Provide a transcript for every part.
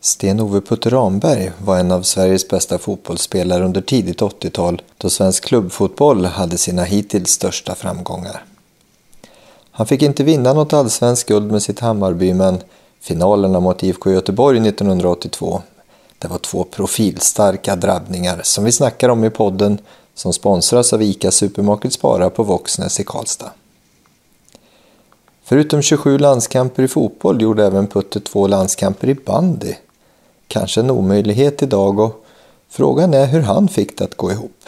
Sten-Ove Putte Ramberg var en av Sveriges bästa fotbollsspelare under tidigt 80-tal då svensk klubbfotboll hade sina hittills största framgångar. Han fick inte vinna något allsvensk guld med sitt Hammarby, men finalerna mot IFK Göteborg 1982, det var två profilstarka drabbningar som vi snackar om i podden som sponsras av ICA Supermarket Spara på Våxnäs i Karlstad. Förutom 27 landskamper i fotboll gjorde även Putte 2 landskamper i bandy. Kanske en omöjlighet idag, och frågan är hur han fick det att gå ihop.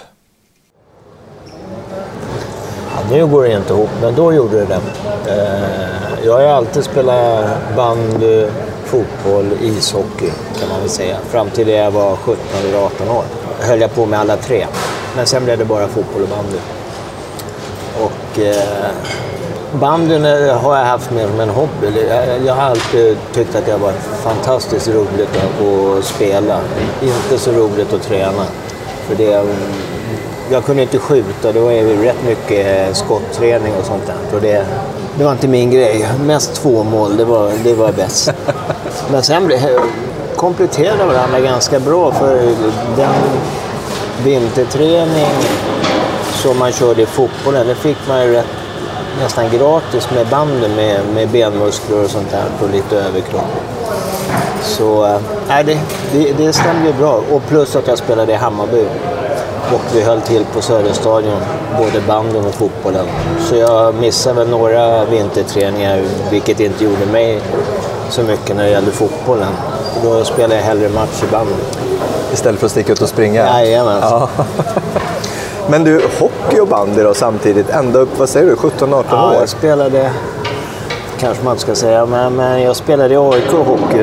Ja, nu går det inte ihop, men då gjorde det. Jag har alltid spelat bandy, fotboll, ishockey kan man väl säga. Fram till jag var 17 eller 18 år höll jag på med alla tre. Men sen blev det bara fotboll och bandy. Och bandyn har jag haft mer som en hobby. Jag har alltid tyckt att det var fantastiskt roligt att spela. Inte så roligt att träna. För jag kunde inte skjuta, det var ju rätt mycket skottträning och sånt där. Och det var inte min grej. Mest 2 mål, det var bäst. Men sen kompletterade varandra ganska bra, för den vinterträning som man körde i fotbollen, det fick man ju nästan gratis med banden med benmuskler och sånt där på lite överkropp. Så det stämde ju bra. Och plus att jag spelade i Hammarby. Och vi höll till på Söderstadion, både banden och fotbollen. Så jag missade väl några vinterträningar, vilket inte gjorde mig så mycket när det gällde fotbollen. Då spelade jag hellre match i banden. Istället för att sticka ut och springa? Jajamän. Ja. Men du, hockey och bandy då samtidigt, ända upp, vad säger du, 17-18 år? Ja, jag spelade, kanske man ska säga, men jag spelade i AIK hockey.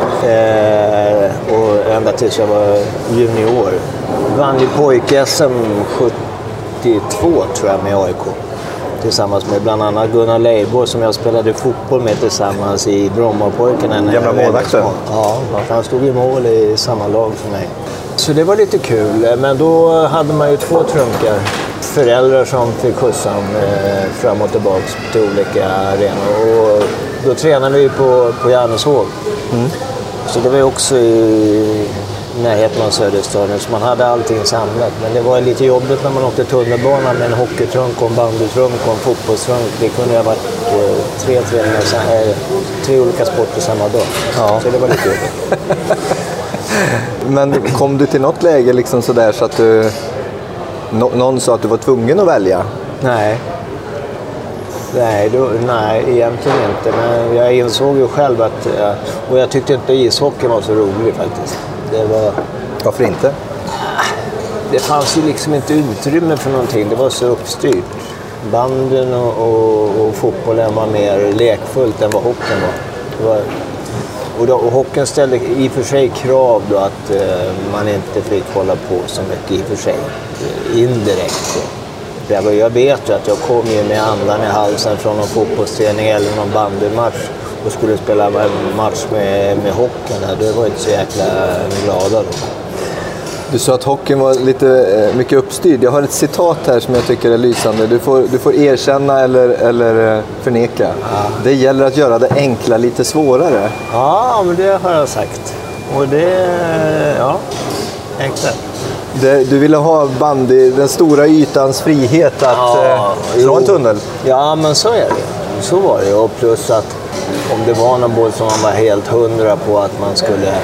Och ända tills jag var junior. Vann ju pojk-SM 72 tror jag med AIK. Tillsammans med bland annat Gunnar Leiborg som jag spelade fotboll med tillsammans i Brommapojkarna. Jävla målvakten? Ja, han stod i mål i samma lag för mig. Så det var lite kul, men då hade man ju 2 trunkar. Föräldrar som fick skjutsa fram och tillbaka till olika arenor. Och då tränade vi på Järneshov. Mm. Så det var ju också i närheten av Söderstadion, så man hade allting samlat. Men det var lite jobbigt när man åkte tunnelbana med en hockeytrunk och en bandytrunk och en fotbollstrunk. Det kunde ha varit 3 olika sporter samma dag. Ja. Så det var lite jobbigt. Men kom du till något läge liksom sådär så att du någon sa att du var tvungen att välja? Nej, egentligen inte. Men jag insåg ju själv att, och jag tyckte inte ishockey var så rolig faktiskt. Varför inte? Det fanns ju liksom inte utrymme för någonting. Det var så uppstyrt. Banden och fotbollen var mer lekfullt än vad hockeyn var. Och hockeyn ställde i och för sig krav då att man inte fick hålla på så mycket i och för sig. Indirekt då. Jag vet ju att jag kom ju med andan i halsen från någon fotbollsträning eller någon bandymatch och skulle spela en match med hockeyn. Det var inte så jäkla glada då. Du sa att hockeyn var lite mycket uppstyrd. Jag har ett citat här som jag tycker är lysande. Du får erkänna eller förneka. Ja. Det gäller att göra det enkla lite svårare. Ja, men det har jag sagt. Och enkelt. Du ville ha bandy, den stora ytans frihet att dra en tunnel. Ja, men så är det. Så var det. Och plus att om det var någon boll som man var helt 100 på att man skulle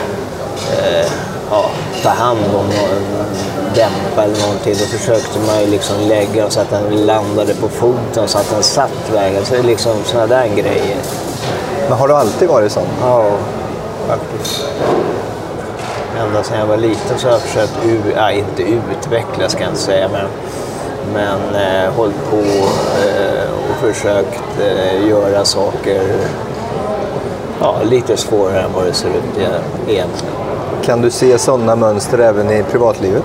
ta hand om dämpa eller någonting, då försökte man ju liksom lägga så att den landade på foten så att den satt vägen. Så det är liksom sådana där grejer. Men har du alltid varit sån? Ja, faktiskt. Ända sedan jag var liten så har jag försökt, inte utveckla ska jag inte säga, men hållit på och försökt göra saker lite svårare än vad det ser ut egentligen. Kan du se sådana mönster även i privatlivet?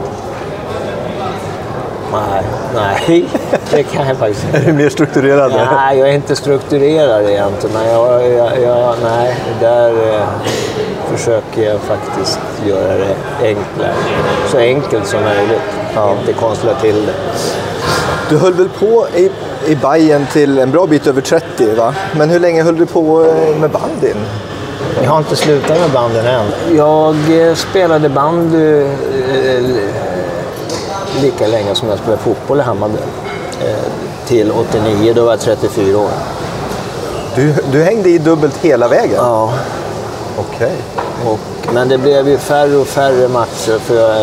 Nej, det kan jag faktiskt inte. Är du mer strukturerad? Nej, jag är inte strukturerad egentligen. Men där försöker jag faktiskt göra det enklare. Så enkelt som möjligt. Ja. Inte konstla till det. Du höll väl på i Bayern till en bra bit över 30, va? Men hur länge höll du på med bandyn? Jag har inte slutat med banden än. Jag spelade bandy lika länge som jag spelade fotboll i Hammarby. Till 89, då var jag 34 år. Du hängde i dubbelt hela vägen? Ja. Okej. Men det blev ju färre och färre matcher. För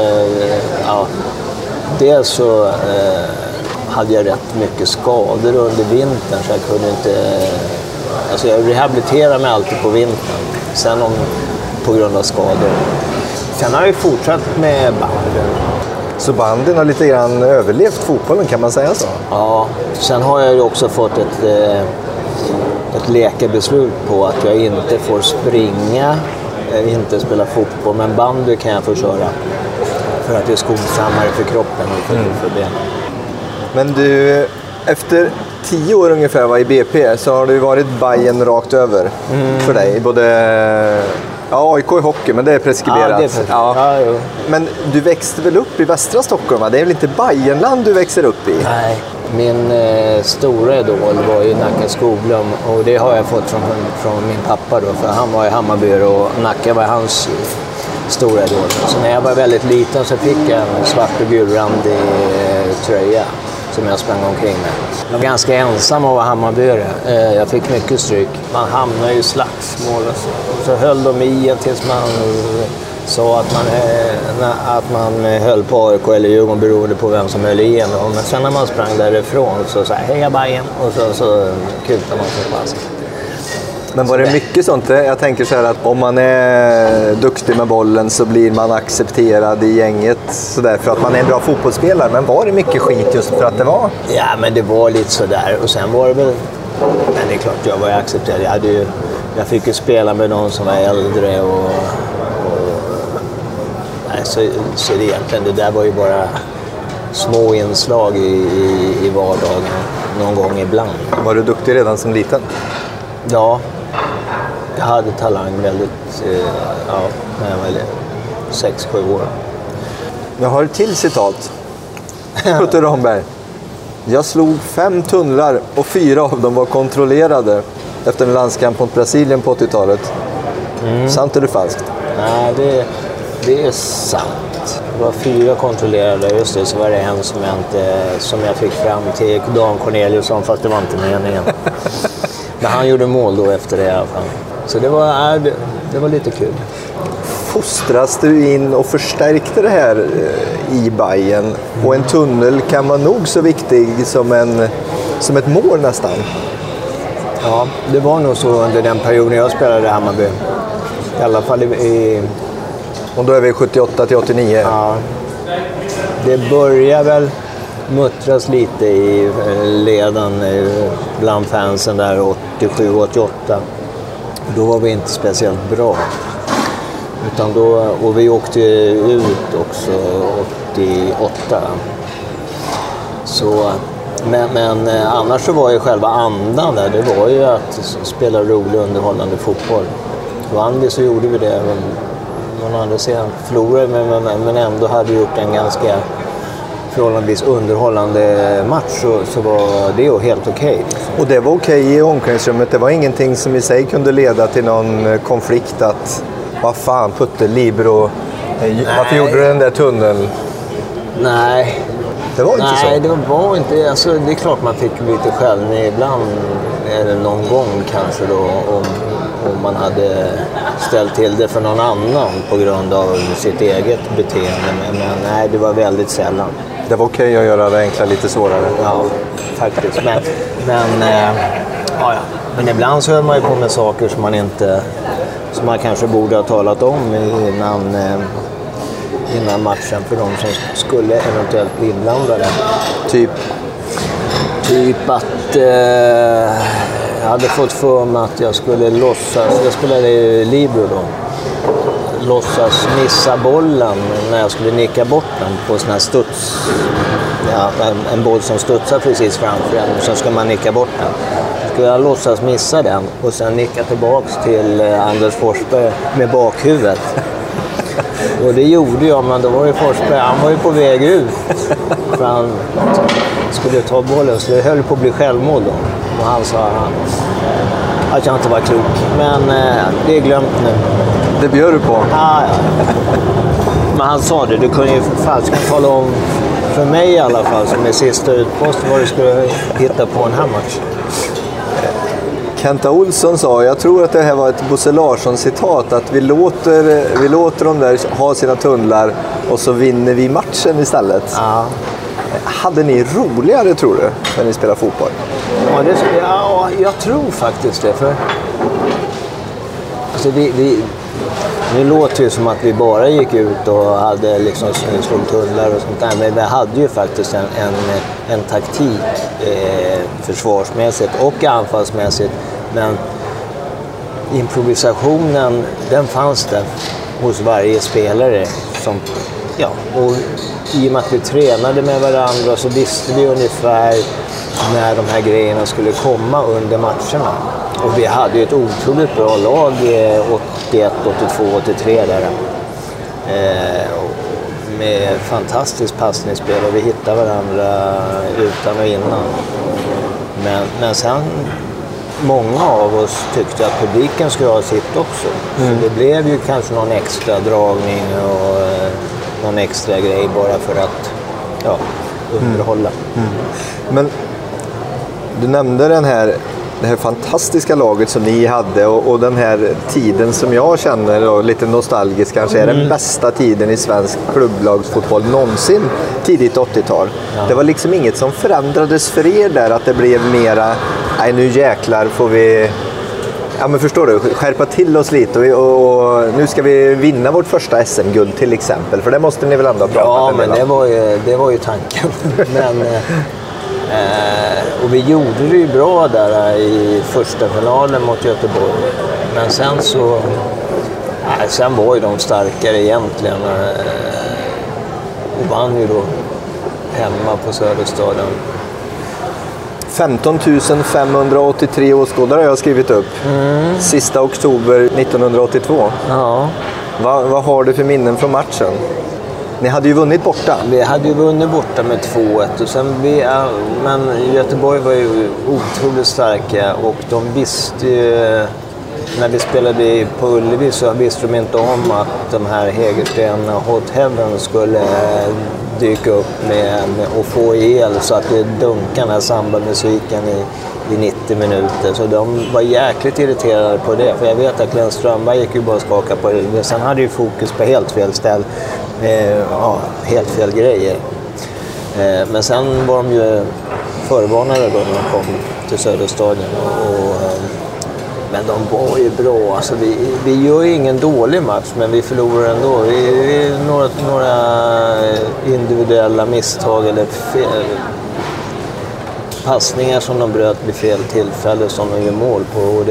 dels så hade jag rätt mycket skador under vintern. Så jag kunde inte... Alltså jag rehabiliterade mig alltid på vintern. Sen på grund av skador. Sen har jag fortsatt med bandy. Så bandyn har lite grann överlevt fotbollen, kan man säga så? Ja, sen har jag ju också fått ett läkarbeslut på att jag inte får springa, inte spela fotboll, men bandy kan jag få köra. För att det är skonsammare för kroppen och för benen. Men du, efter 10 år ungefär var i BP så har det varit Bayern rakt över för dig. Både AIK i hockey, men det är preskriberat. Ja. Men du växte väl upp i västra Stockholm, va? Det är väl inte Bayernland du växer upp i? Nej, min stora idol var ju Nacka Skoglund, och det har jag fått från min pappa då, för han var i Hammarby och Nacka var hans stora idol. Så när jag var väldigt liten så fick jag en svart och gulrandig tröja som jag sprang omkring med. Jag var ganska ensam att vara Hammarbyare. Jag fick mycket stryk. Man hamnade i slagsmål och så höll de i tills man sa att man höll på AIK eller Djurgården, beroende på vem som höll igen. Men sen när man sprang därifrån så sa heja Bayern, och så kutade man sig fast. Men var det mycket sånt? Jag tänker så här att om man är duktig med bollen så blir man accepterad i gänget sådär för att man är en bra fotbollsspelare. Men var det mycket skit just för att det var? Ja, men det var lite sådär. Och sen var det väl... Men det är klart, jag var ju accepterad. Jag fick ju spela med någon som var äldre och nej, så det egentligen, det där var ju bara små inslag i vardagen någon gång ibland. Var du duktig redan som liten? Ja, jag hade talang väldigt, när jag var 6-7 år. Jag har ett till citat. Putte Ramberg. Jag slog 5 tunnlar och 4 av dem var kontrollerade efter en landskamp mot Brasilien på 80-talet. Sant eller falskt? Nej, det är sant. Det var 4 kontrollerade, just det, så var det en som jag fick fram till Dan Corneliusson, fast det var inte meningen. Men han gjorde mål då efter det i alla fall. Så det var lite kul. Fostras du in och förstärkte det här i Bayern? Och en tunnel kan vara nog så viktig som ett mål nästan. Ja, det var nog så under den perioden jag spelade i Hammarby. I alla fall Och då är vi 78 till 89. Ja. Det börjar väl muttras lite i leden bland fansen där 87-88. Då var vi inte speciellt bra. Utan och vi åkte ut också 88. Så, men annars så var ju själva andan där, det var ju att spela rolig underhållande fotboll. Vann vi så gjorde vi det. Man hade sen förlorat men ändå hade gjort en ganska förhållandevis underhållande match, så var det ju helt okej. Och det var okej i omklädningsrummet. Det var ingenting som i sig kunde leda till någon konflikt att vad fan Putte, Libero, varför gjorde du den där tunneln? Nej. Det var inte så? Nej, det var inte. Alltså, det är klart man fick lite skällning ibland, eller någon gång kanske då, om man hade ställt till det för någon annan på grund av sitt eget beteende. Men nej, det var väldigt sällan. Det var okej att göra det enkla lite svårare. Ja, faktiskt. Men ibland så höll man ju på med saker som man kanske borde ha talat om innan matchen för de som skulle eventuellt bli inblandade. Typ att jag hade fått för mig att jag spelade libero då, låtsas missa bollen när jag skulle nicka bort den på sån här studs. Ja, en boll som studsar precis framför en, och sen ska man nicka bort den. Skulle jag låtsas missa den och sen nicka tillbaks till Anders Forsberg med bakhuvudet. Och det gjorde jag, men då var ju Forsberg, han var ju på väg ut. För han skulle ta bollen, så det höll på att bli självmål då. Och han sa, att jag inte var klok. Men det är glömt nu. Det bjöd du på? Ja. Men han sa det, du kunde ju falskt tala om för mig i alla fall som är sista utpost vad du skulle hitta på en här match. Kenta Olsson sa, jag tror att det här var ett Bosse Larsson-citat, att vi låter dem där ha sina tunnlar och så vinner vi matchen istället. Ja. Hade ni roligare, tror du, när ni spelar fotboll? Ja, jag tror faktiskt det. För alltså nu låter det ju som att vi bara gick ut och hade liksom slog tunnlar och sånt där. Men vi hade ju faktiskt en taktik försvarsmässigt och anfallsmässigt. Men improvisationen, den fanns där hos varje spelare. Och i och med att vi tränade med varandra så visste vi ungefär när de här grejerna skulle komma under matcherna. Och vi hade ju ett otroligt bra lag 81, 82, 83 där. Med fantastiskt passningsspel och vi hittade varandra utan och innan. Men sen, många av oss tyckte att publiken skulle ha sitt också. Så det blev ju kanske någon extra dragning och någon extra grej bara för att underhålla. Men du nämnde det här fantastiska laget som ni hade och den här tiden som jag känner och lite nostalgisk kanske är den bästa tiden i svensk klubblagsfotboll någonsin, tidigt 80-tal. Ja. Det var liksom inget som förändrades för er där, att det blev mera, nej nu jäklar får vi, ja men förstår du, skärpa till oss lite och nu ska vi vinna vårt första SM-guld till exempel, för det måste ni väl ändå prata om? Ja, men det var ju tanken. Men och vi gjorde det ju bra där i första finalen mot Göteborg. Men sen var ju de starkare egentligen och vann ju då hemma på Söderstadion. 15 583 åskådare har jag skrivit upp. Sista oktober 1982. Ja. Vad har du för minnen från matchen? Ni hade ju vunnit borta. Vi hade ju vunnit borta med 2-1. Och sen men Göteborg var ju otroligt starka och de visste ju, när vi spelade på Ullevi så visste de inte om att de här Hägersten Hot Heaven skulle dyka upp med och få el så att det dunkade den här sambalmusiken i 90 minuter. Så de var jäkligt irriterade på det. För jag vet att Glenn Strömberg gick ju bara och skaka på det. Sen hade ju fokus på helt fel ställ. Helt fel grejer. Men sen var de ju förvarnade då när de kom till Söderstadion. Men de var ju bra. Alltså vi gör ju ingen dålig match, men vi förlorar ändå. Vi några individuella misstag eller passningar som de bröt vid fel tillfälle som de gör mål på. Och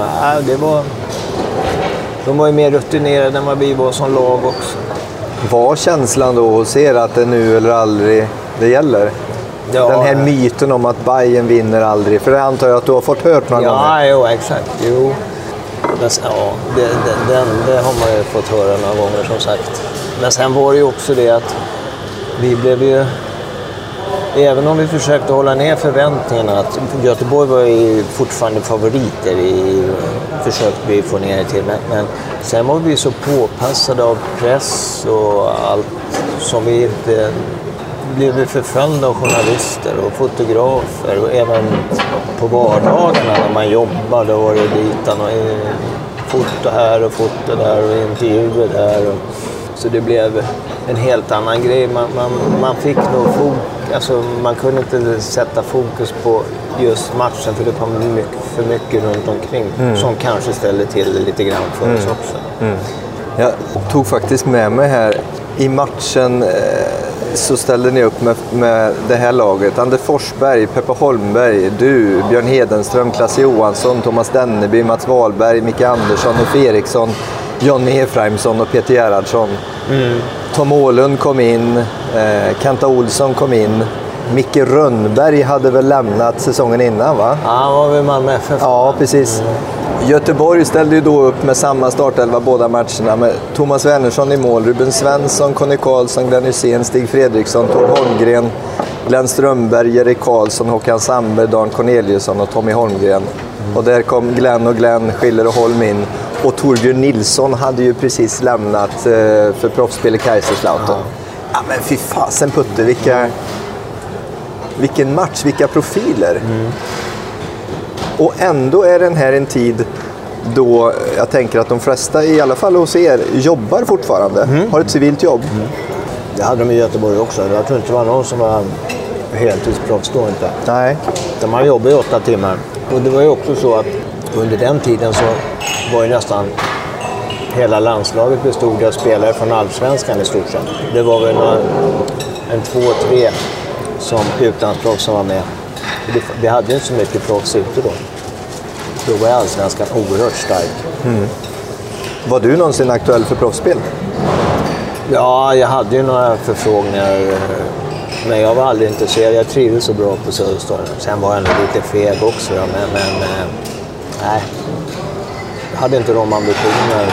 de var ju mer rutinerade än vad vi var som lag också. Var känslan då hos er att det nu eller aldrig det gäller? Ja, den här myten om att Bayern vinner aldrig. För det antar jag att du har fått hört några gånger. Ja, jo, exakt. Jo. Men, det har man ju fått höra några gånger som sagt. Men sen var det ju också det att vi blev ju... Även om vi försökte hålla ner förväntningarna, att Göteborg var ju fortfarande favoriter försökte vi få ner det till. Men sen var vi så påpassade av press och allt som vi inte... blev vi förföljda av journalister och fotografer och även på vardagarna när man jobbade var det dit och foto här och foto där och intervjuer där. Så det blev en helt annan grej. Man fick nog alltså man kunde inte sätta fokus på just matchen för det kom för mycket runt omkring som kanske ställde till det lite grann för oss också. Jag tog faktiskt med mig här i matchen så ställde ni upp med det här laget. Anders Forsberg, Peppa Holmberg, du, Björn Hedenström, Klasse Johansson, Thomas Denneby, Mats Wahlberg, Micke Andersson, Uffe Eriksson, Jonny Efraimsson och Peter Gerhardsson. Tom Åhlund kom in, Kenta Olsson kom in. Micke Rönnberg hade väl lämnat säsongen innan, va? Ja, han var väl Malmö FF. Ja, precis. Göteborg ställde ju då upp med samma startelva båda matcherna med Thomas Wernersson i mål, Ruben Svensson, Conny Karlsson, Glenn Hysén, Stig Fredriksson, Tord Holmgren, Glenn Strömberg, Erik Karlsson, Håkan Sandberg, Dan Corneliusson och Tommy Holmgren. Och där kom Glenn, Schiller och Holm in. Och Torbjörn Nilsson hade ju precis lämnat för proffsspel i Kaiserslautern. Ja, men fy fasen Putte, vilken match, vilka profiler. Och ändå är den här en tid då jag tänker att de flesta, i alla fall hos er, jobbar fortfarande. Har ett civilt jobb. Det hade de i Göteborg också. Jag tror inte det var någon som var heltidsproffs då inte. Nej. Man jobbar i 8 timmar. Och det var ju också så att under den tiden så var ju nästan hela landslaget bestod av spelare från Allsvenskan i stort sett. Det var väl en 2-3 som utlandsproffs som var med. Vi hade inte så mycket proffs ute då. Då var Allsvenskan oerhört stark. Var du någonsin aktuell för proffsspel? Ja, jag hade ju några förfrågningar. Men jag var aldrig intresserad. Jag trivdes så bra på Söderstad. Sen var jag lite feg också. Men nej. Jag hade inte de ambitionerna.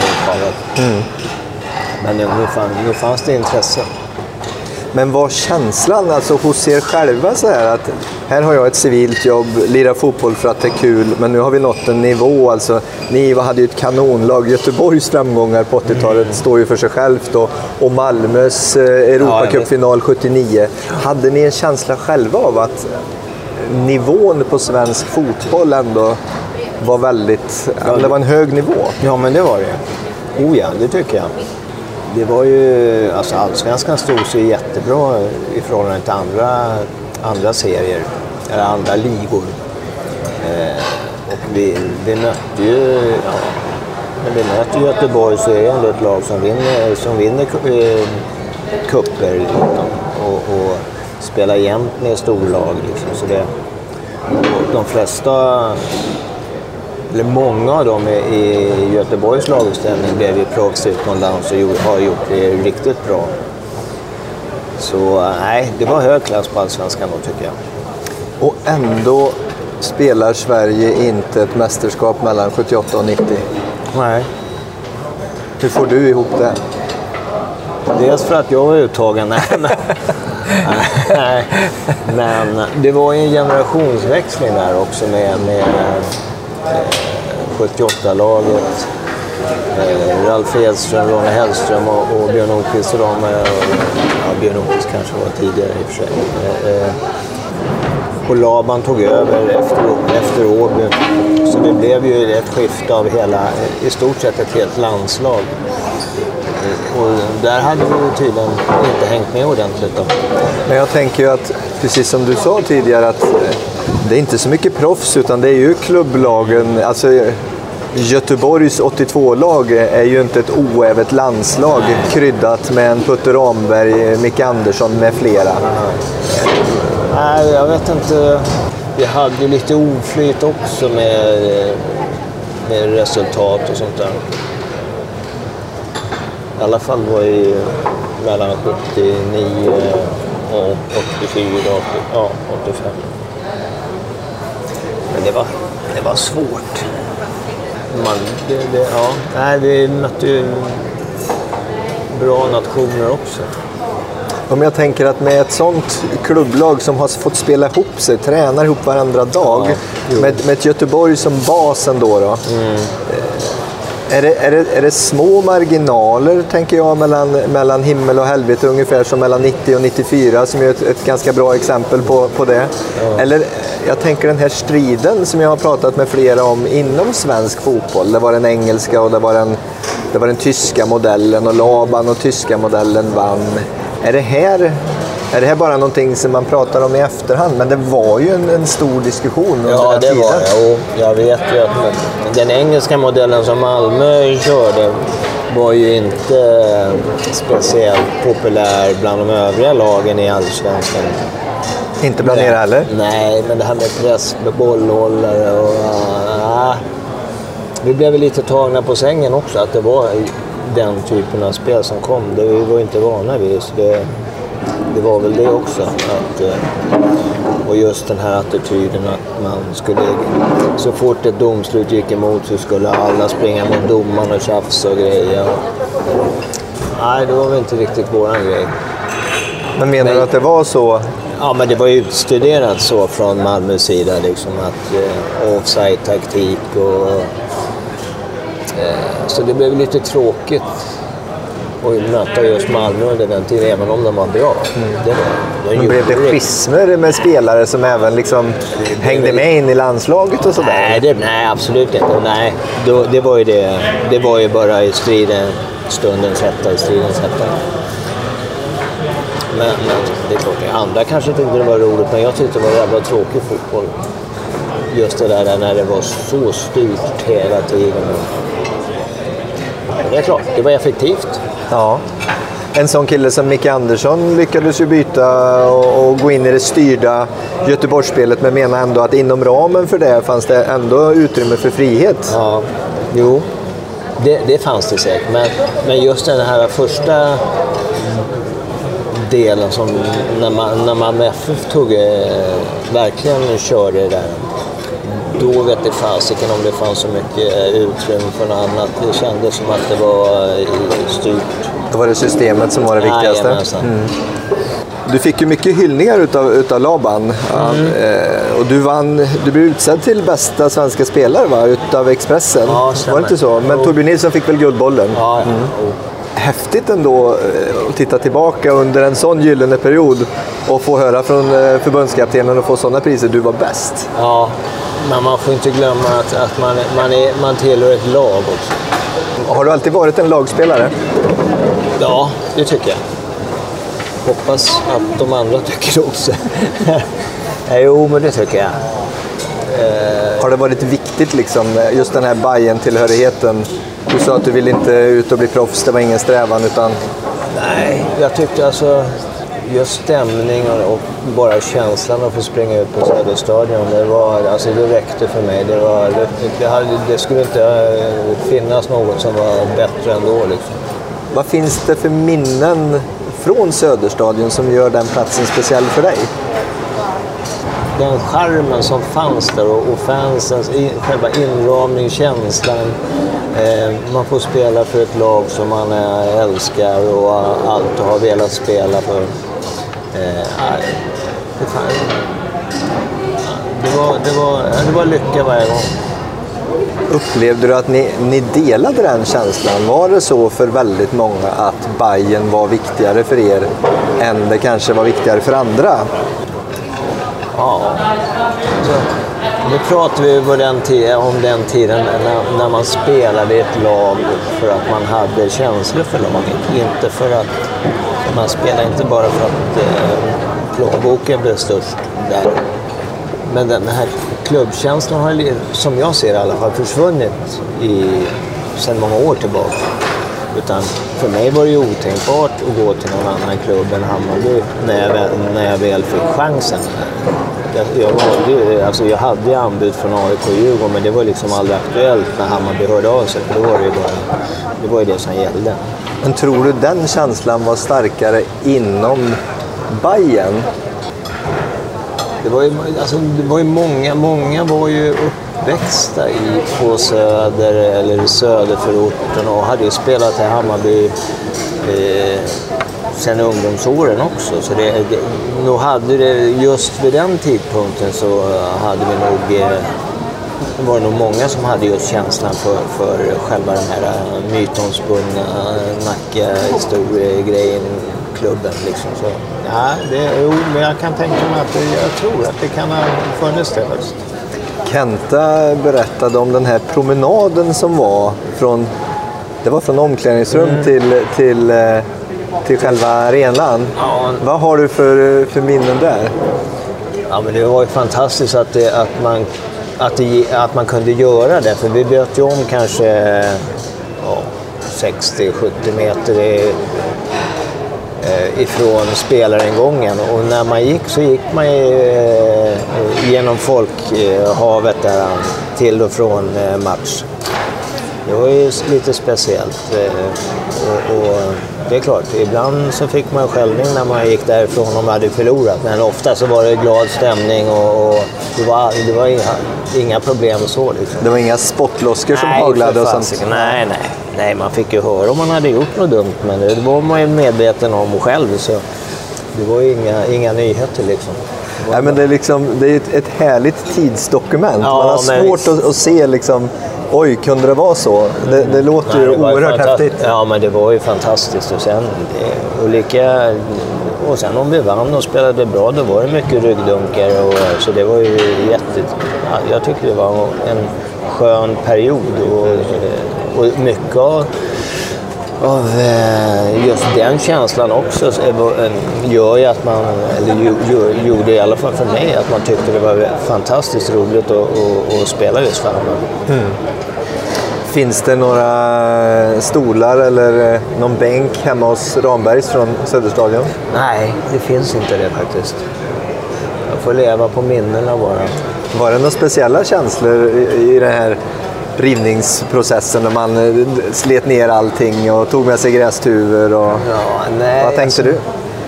Men nu fanns det intresse. Men var känslan alltså hos er själva så här att här har jag ett civilt jobb, lirar fotboll för att det är kul, men nu har vi nått en nivå. Alltså, ni hade ju ett kanonlag. Göteborgs framgångar på 80-talet står ju för sig självt och Malmös Europacupfinal 79. Hade ni en känsla själva av att nivån på svensk fotboll ändå var väldigt, det var en hög nivå? Ja, men det var det. Ja, det tycker jag. Det var ju, alltså Allsvenskan stod sig jättebra i förhållande till andra serier, eller andra ligor. Och vi mötte ju, men vi mötte Göteborg, så är det ändå ett lag som vinner kupper och spelar jämt med storlag. Liksom. Så det, de flesta, eller många av dem i Göteborgs laguppställning blev ju proffs utomlands och har gjort det riktigt bra. Så nej, det var hög klass på Allsvenskan då tycker jag. Och ändå spelar Sverige inte ett mästerskap mellan 78 och 90. Nej. Hur får du ihop det? Dels för att jag var uttagen. Nej. Men det var ju en generationsväxling där också med 78-laget. Ralf Edström, Ronny Hellström och Björn Nordqvist och de. Björn Nordqvist kanske var tidigare i och för sig. Och Laban tog över efter Åby. Så det blev ju ett skifte av i stort sett ett helt landslag. Och där hade vi tydligen inte hängt med ordentligt då. Men jag tänker ju att, precis som du sa tidigare, att det är inte så mycket proffs utan det är ju klubblagen. Alltså Göteborgs 82-lag är ju inte ett oävet landslag kryddat med en Putte Ramberg, Micke Andersson med flera. Nej, jag vet inte. Vi hade ju lite oflyt också med resultat och sånt där. I alla fall var det mellan 79 och 84 och 85. Men det var svårt. Vi mötte ju bra nationer också. Om jag tänker att med ett sånt klubblag som har fått spela ihop sig, tränar ihop varandra dag, med ett Göteborg som basen då. Är det små marginaler, tänker jag, mellan himmel och helvete, ungefär som mellan 90 och 94, som är ett ganska bra exempel på det. Ja. Eller jag tänker den här striden som jag har pratat med flera om inom svensk fotboll. Det var den engelska och det var den tyska modellen, och Laban och tyska modellen vann. Är det här bara någonting som man pratar om i efterhand? Men det var ju en stor diskussion under den tiden. Ja, det var det. Och jag vet ju att den engelska modellen som Malmö körde var ju inte speciellt populär bland de övriga lagen i Allsvenskan. Inte bland er heller? Nej, men det här med press, med bollhållare och... vi blev lite tagna på sängen också, att det var den typen av spel som kom. Det vi var inte vana vid, så det var väl det också. Och just den här attityden att man skulle, så fort ett domslut gick emot så skulle alla springa mot domaren och tjafsa och grejer. Nej, det var väl inte riktigt våran grej. Men menar du att det var så Ja, men det var ju utstuderat så från Malmös sida liksom att offside-taktik och så det blev lite tråkigt att möta just Malmö under den tiden, även om de var bra. Men blev det schismer med spelare som även liksom hängde med in i landslaget och sådär? Nej, absolut inte. Nej, det var ju bara i stridens hetta. Men det är klart, andra kanske tyckte det var roligt, men jag tyckte det var jävla tråkig fotboll. Just det där när det var så styrt hela tiden. Men det är klart, det var effektivt. Ja. En sån kille som Micke Andersson lyckades ju byta och gå in i det styrda Göteborgsspelet, men menar ändå att inom ramen för det fanns det ändå utrymme för frihet. Ja, jo. Det fanns det säkert. Men just den här första delen som när man med FF verkligen körde det där, då vet det fasiken om det fanns så mycket utrymme för något annat. Det kändes som att det var styrt. Då var det systemet som var det viktigaste. Du fick ju mycket hyllningar utav Laban. Och du blev utsedd till bästa svenska spelare, va? Utav Expressen. Ja, var det inte så? Men Torbjörn Nilsson fick väl Guldbollen? Ja. Häftigt ändå att titta tillbaka under en sån gyllene period och få höra från förbundskaptenen och få sådana priser. Du var bäst. Ja, men man får inte glömma att man tillhör ett lag också. Har du alltid varit en lagspelare? Ja, det tycker jag. Hoppas att de andra tycker det också. Jo, men det tycker jag. Har det varit viktigt liksom, just den här Bayern-tillhörigheten? Du sa att du vill inte ut och bli proffs, det var ingen strävan utan... Nej, jag tyckte alltså just stämning och bara känslan att få springa ut på Söderstadion, det räckte för mig. Det skulle inte finnas något som var bättre ändå liksom. Vad finns det för minnen från Söderstadion som gör den platsen speciell för dig? Den charmen som fanns där och fansens själva inramning, känslan. Man får spela för ett lag som man älskar och allt har velat spela för. Det var lycka varje gång. Upplevde du att ni delade den känslan? Var det så för väldigt många att Bayern var viktigare för er än det kanske var viktigare för andra? Ja, nu pratar vi om den tiden när man spelade i ett lag för att man hade känslor för laget. Inte för att man spelade inte bara för att plånboken blev störst där. Men den här klubbkänslan har, som jag ser i alla fall, försvunnit sedan många år tillbaka. Utan för mig var det ju otänkbart att gå till någon annan klubb än Hammarby när jag väl fick chansen. Jag hade ju anbud från AIK och Djurgården, men det var liksom aldrig aktuellt när Hammarby hörde av sig. För då var det var ju det som gällde. Men tror du den känslan var starkare inom Bayern? Det var ju många var ju uppväxta på Söder eller Söderförorten och hade ju spelat i Hammarby sen ungdomsåren också. Så nog hade det just vid den tidpunkten så hade vi nog var det nog många som hade just känslan för själva den här mytomspunna Nacka-historiegrejen, klubben liksom. Så ja, men jag kan tänka mig att jag tror att det kan ha funnits det höst. Kenta berättade om den här promenaden som var från omklädningsrum till själva arenan. Ja. Vad har du för minnen där? Ja, men det var ju fantastiskt att man kunde göra det, för vi bytte ju om kanske 60-70 meter ifrån spelaringången, och när man gick så gick man genom folkhavet där till och från match. Det var ju lite speciellt och det är klart, ibland så fick man skällning när man gick därifrån om man hade förlorat, men ofta så var det glad stämning och det var inga problem så liksom. Det var inga spottloskor som haglade och sånt? Nej, man fick ju höra om man hade gjort något dumt, men det var man ju medveten om själv, så Det var ju inga nyheter liksom. Nej, men det är, liksom, det är ett härligt tidsdokument. Ja, man har svårt att se liksom, oj, kunde det vara så? Det låter ju oerhört häftigt. Ja, men det var ju fantastiskt. Och sen om vi vann och spelade bra, då var det mycket ryggdunkar. Så det var ju jag tycker det var en skön period. Och mycket av just den känslan också gör ju att man, eller gjorde i alla fall för mig, att man tyckte det var fantastiskt roligt att spela just för honom. Finns det några stolar eller någon bänk hemma hos Rambergs från Söderstadion? Nej, det finns inte det faktiskt. Jag får leva på minnena bara. Var det några speciella känslor i den här rivningsprocessen när man slet ner allting och tog med sig grästuvor? Vad tänkte du?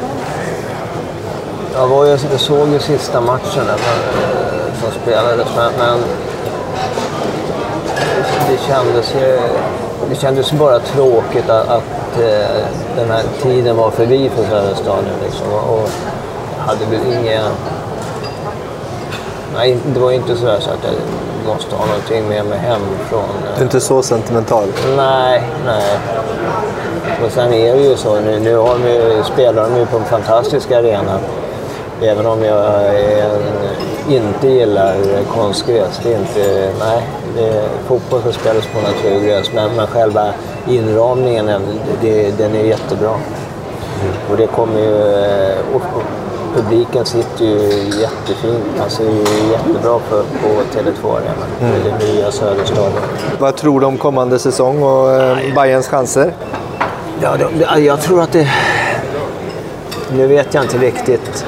Jag såg ju sista matchen som spelades, men det kändes bara tråkigt att den här tiden var förbi för Söderstadion liksom, och hade väl nej, det var inte så att jag måste ha någonting med mig hem från. Du är inte så sentimental? Nej. Och sen är det ju så, nu spelar de ju på en fantastisk arena. Även om jag inte gillar konstgräs. Fotboll ska spelas på naturgräs, men själva inramningen den är jättebra. Och det kommer ju, publiken sitter ju jättefint, alltså är ju jättebra på Tele2-arenan, det nya Söderstadion. Vad tror du om kommande säsong och Bayerns chanser? Ja, jag tror att nu vet jag inte riktigt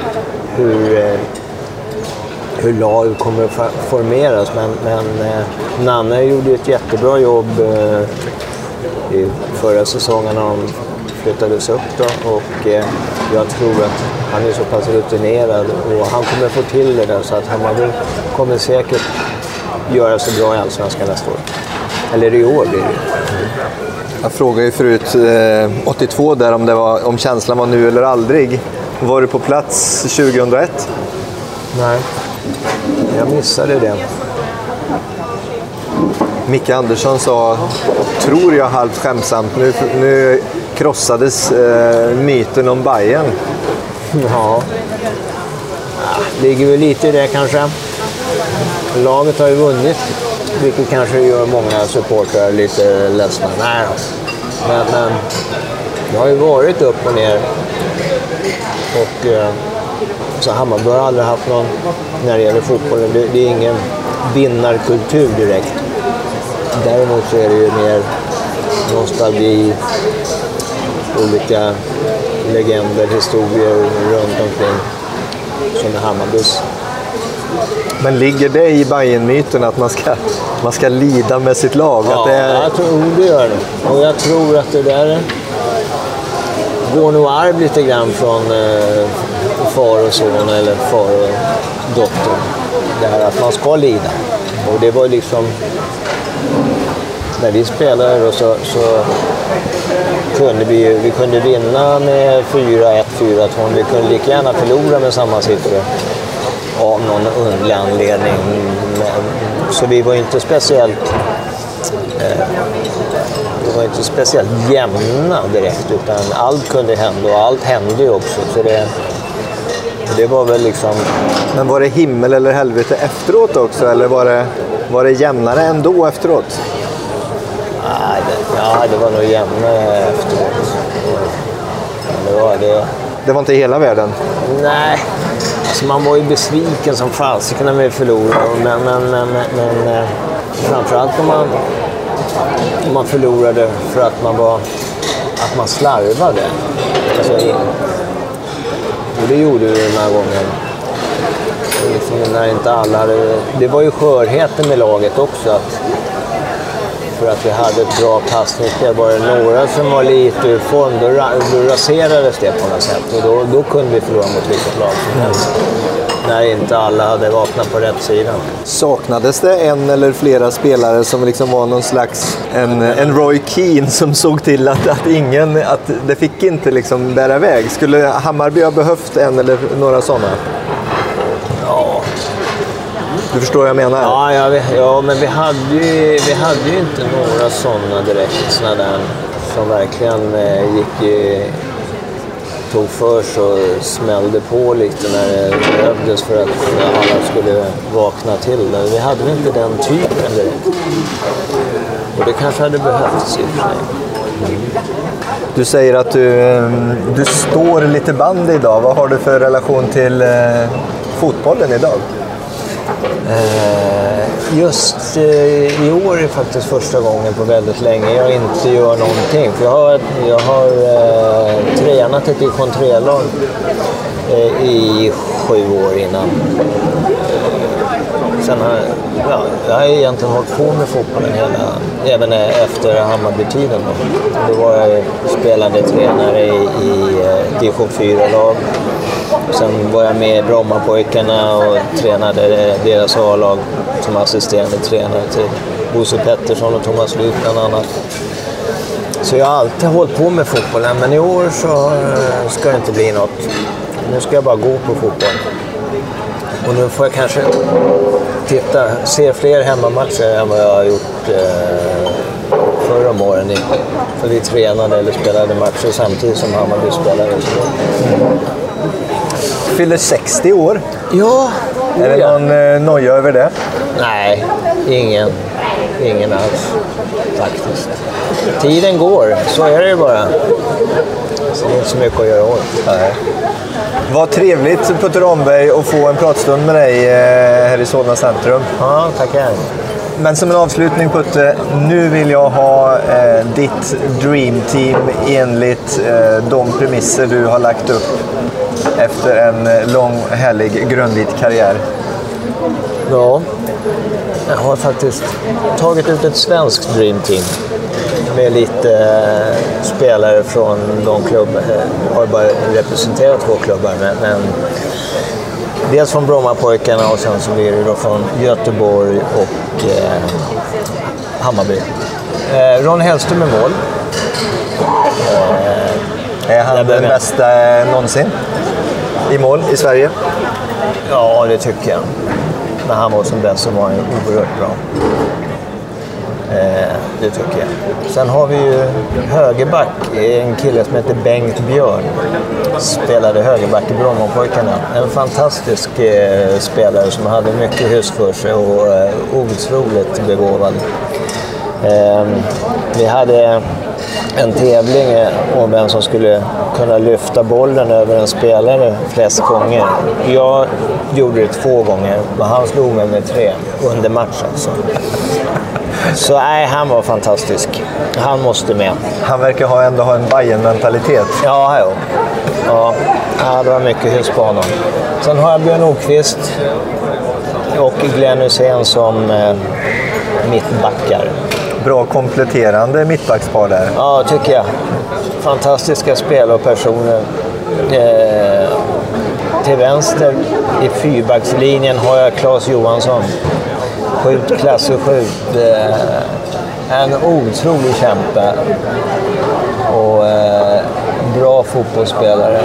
hur lag kommer att formeras, men Nanne gjorde ett jättebra jobb i förra säsongen när de flyttades upp då, och jag tror att han är så pass rutinerad och han kommer få till det där, så att Hammarby kommer säkert göra så bra i Allsvenskan nästa år. Eller i år blir det. Jag frågade ju förut 82 där om känslan var nu eller aldrig. Var du på plats 2001? Nej, jag missade det. Micke Andersson sa, tror jag halvt skämsamt, nu krossades myten om Bayern. Ja, det ligger väl lite i det kanske. Laget har ju vunnit, vilket kanske gör många supportrar lite ledsna. Nej, men det har ju varit upp och ner. Och så Hammarby har aldrig haft någon, när det gäller fotbollen, det är ingen vinnarkultur direkt. Däremot så är det ju mer nostalgi, olika legender, historier runt omkring som är Hammarbys. Men ligger det i Bayern-myten att man ska lida med sitt lag? Ja, att det är... jag tror det gör det. Och jag tror att det där går nog arv lite grann från far och son eller far och dotter. Det här att man ska lida. Och det var liksom, när vi spelade så kunde vi kunde vinna med 4-1, 4-2. Vi kunde lika gärna förlora med samma siffror av någon underlig anledning. Så vi var inte speciellt jämna direkt, utan allt kunde hända och allt hände ju också. Så det var väl liksom... Men var det himmel eller helvete efteråt också, eller var det jämnare ändå efteråt? Nej, det var nog jämnare efteråt. Det var inte hela världen? Nej, alltså man var ju besviken som fasiken när vi förlorade, men framförallt om man förlorade för att man slarvade. Alltså, och det gjorde vi den här gången. Liksom när inte alla hade, det var ju skörheten med laget också, för att vi hade ett bra passningsspel. Var det några som var lite ur form, då raserades det på något sätt. Och då kunde vi förlora mot vilket lag som helst. när inte alla hade vaknat på rätt sida. Saknades det en eller flera spelare som liksom var någon slags en Roy Keane som såg till att det fick inte liksom bära iväg? Skulle Hammarby ha behövt en eller några sådana? Ja. Du förstår vad jag menar? Ja, men vi hade ju inte några sådana direkt sådana där som verkligen tog för sig och smällde på lite när det behövdes för att alla skulle vakna till det. Vi hade inte den typen direkt. Och det kanske hade behövts i och för sig. Du säger att du står lite band idag. Vad har du för relation till fotbollen idag? Just i år är faktiskt första gången på väldigt länge jag inte gör någonting. För jag har tränat ett division 3-lag i 7 år innan. Sen jag har egentligen hållit på med fotbollen även efter Hammarby-tiden. Då var jag spelande tränare i division 4-lag. Sen var jag med i Brommapojkarna och tränade deras A-lag som assisterande tränare till Bosse Pettersson och Thomas Lut bland annat. Så jag har alltid hållit på med fotbollen, men i år så ska det inte bli något. Nu ska jag bara gå på fotboll. Och nu får jag kanske se fler hemmamatcher än vad jag har gjort förra om åren. För vi tränade eller spelade matcher samtidigt som Hammarby spelade. Fyller 60 år. Ja. Är det någon noja över det? Nej, ingen alls faktiskt. Tiden går, så är det ju bara. Så det är inte så mycket att göra åt. Nej. Vad trevligt Putte Ramberg att få en pratstund med dig här i Solna centrum. Ja, tackar. Men som en avslutning Putte, nu vill jag ha ditt dream team enligt de premisser du har lagt upp efter en lång, härlig, grönvit karriär. Ja, jag har faktiskt tagit ut ett svenskt dream team med lite spelare från de klubbar. Jag har bara representerat 2 klubbar, men dels från Brommapojkarna och sen så blir det då från Göteborg och Hammarby. Ron Hellström i mål. Är han den bästa någonsin i mål i Sverige? Ja, det tycker jag. När han var som bäst så var han oerhört bra. Det tycker jag. Sen har vi ju högerback, en kille som heter Bengt Björn. Spelade högerback i Brommapojkarna. En fantastisk spelare som hade mycket hus för sig och otroligt begåvad. Vi hade en tävling om vem som skulle kunna lyfta bollen över en spelare flest gånger. Jag gjorde det 2 gånger, men han slog mig med 3 under matchen. Så nej, han var fantastisk. Han måste med. Han verkar ändå ha en Bayern-mentalitet. Ja, det var mycket hus på honom. Sen har jag Björn Nordqvist och Glenn Hussein som mittbackar. Bra kompletterande mittbackspar där. Ja, tycker jag. Fantastiska spel och personer. Till vänster i fyrbackslinjen har jag Claes Johansson. Klass 7. En otrolig kämpe. Och bra fotbollsspelare.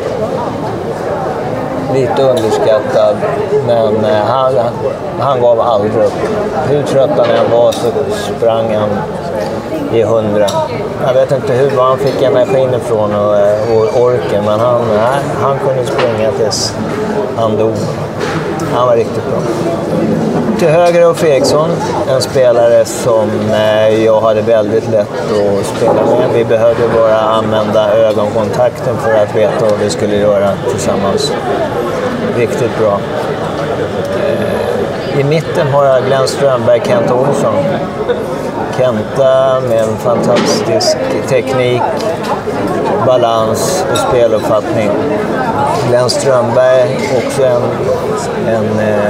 Lite underskattad, men han gav aldrig upp. Hur trött han än var så sprang han i 100. Jag vet inte var han fick energin ifrån och orken, men han kunde springa tills han dog. Han var riktigt bra. Till höger Ulf Eriksson, en spelare som jag hade väldigt lätt att spela med. Vi behövde bara använda ögonkontakten för att veta vad vi skulle göra tillsammans. Riktigt bra. I mitten har jag Glenn Strömberg, Kent Olsson. Kenta med en fantastisk teknik, balans och speluppfattning. Glenn Strömberg också en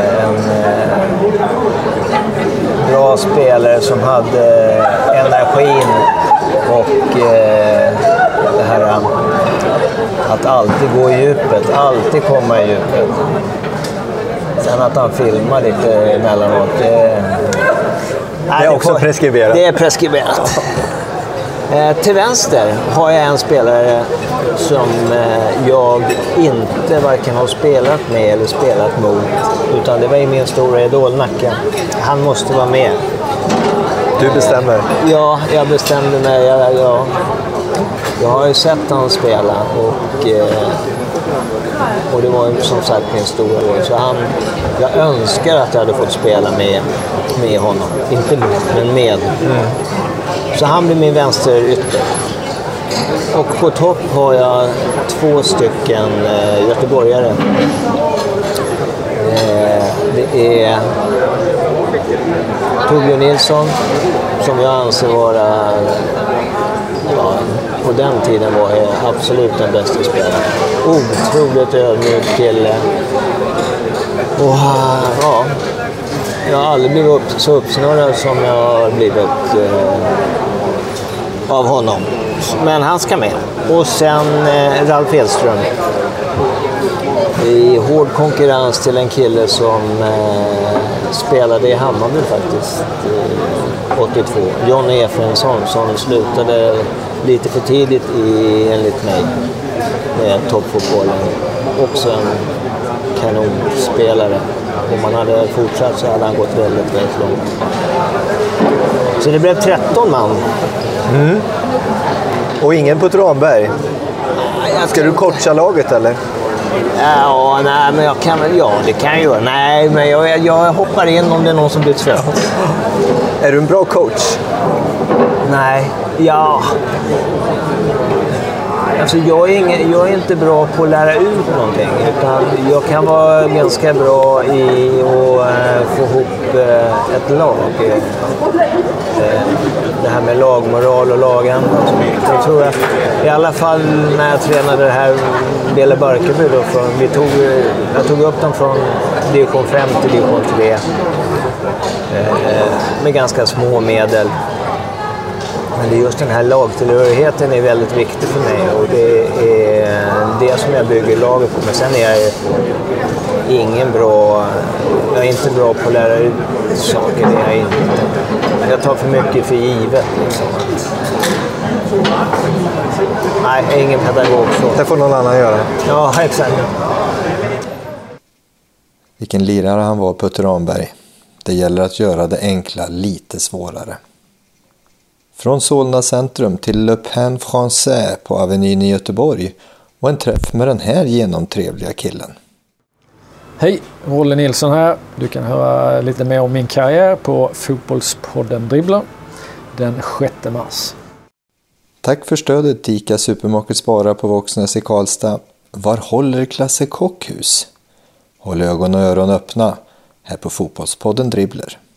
bra spelare som hade energin och det här att alltid gå i djupet, alltid komma i djupet. Sen att han filmar lite emellanåt. Det är också preskriberat. Det är preskriberat. Till vänster har jag en spelare som jag inte varken har spelat med eller spelat mot. Utan det var i min stora idol Nacka. Han måste vara med. Du bestämmer? Ja, jag bestämde mig. Jag har ju sett honom spela och det var ju som sagt min stora idol. Så jag önskar att jag hade fått spela med honom. Inte mot, men med. Så han blir min vänsterytter. Och på topp har jag 2 stycken göteborgare. Det är Torbjörn Nilsson, som jag anser vara, på den tiden var jag absolut den bästa spelaren. Otroligt ödmjuk kille. Och jag har aldrig blivit så uppsnurrad som jag har blivit av honom. Men han ska med. Och sen Ralf Edström. I hård konkurrens till en kille som spelade i Hammarby faktiskt 82. Johnny Efrensson, som slutade lite för tidigt enligt mig med toppfotbollen. Också en kanonspelare. Om man hade fortsatt så hade han gått väldigt, väldigt långt. Så det blev 13 man. Och ingen på Tranberg? Ska du coacha laget eller? Ja, nej, men jag kan väl, det kan jag göra. Nej, men jag hoppar in om det är någon som blir trött. Är du en bra coach? Nej, alltså jag är inte bra på att lära ut någonting, utan jag kan vara ganska bra i att få ihop ett lag. Det här med lagmoral och lagen. Jag tror att i alla fall när jag tränade det här Bele Barkarby då, jag tog upp dem från division 5 till division 3 med ganska små medel. Men det är just den här lagtillhörigheten är väldigt viktig för mig, och det är det som jag bygger laget på. Men sen är jag jag är inte bra på att lära ut saker, det är jag inte. Jag tar för mycket för givet. Liksom. Nej, jag är ingen pedagog så. Det får någon annan göra. Ja, exakt. Vilken lirare han var, Putte Ramberg. Det gäller att göra det enkla lite svårare. Från Solna centrum till Le Pain Français på Avenyn i Göteborg och en träff med den här genomtrevliga killen. Hej, Rolle Nilsson här. Du kan höra lite mer om min karriär på Fotbollspodden Dribbler den 6 mars. Tack för stödet till ICA Supermarket Spara på Våxnäs i Karlstad. Var håller Klasse Kockhus? Håll ögon och öron öppna här på Fotbollspodden Dribbler.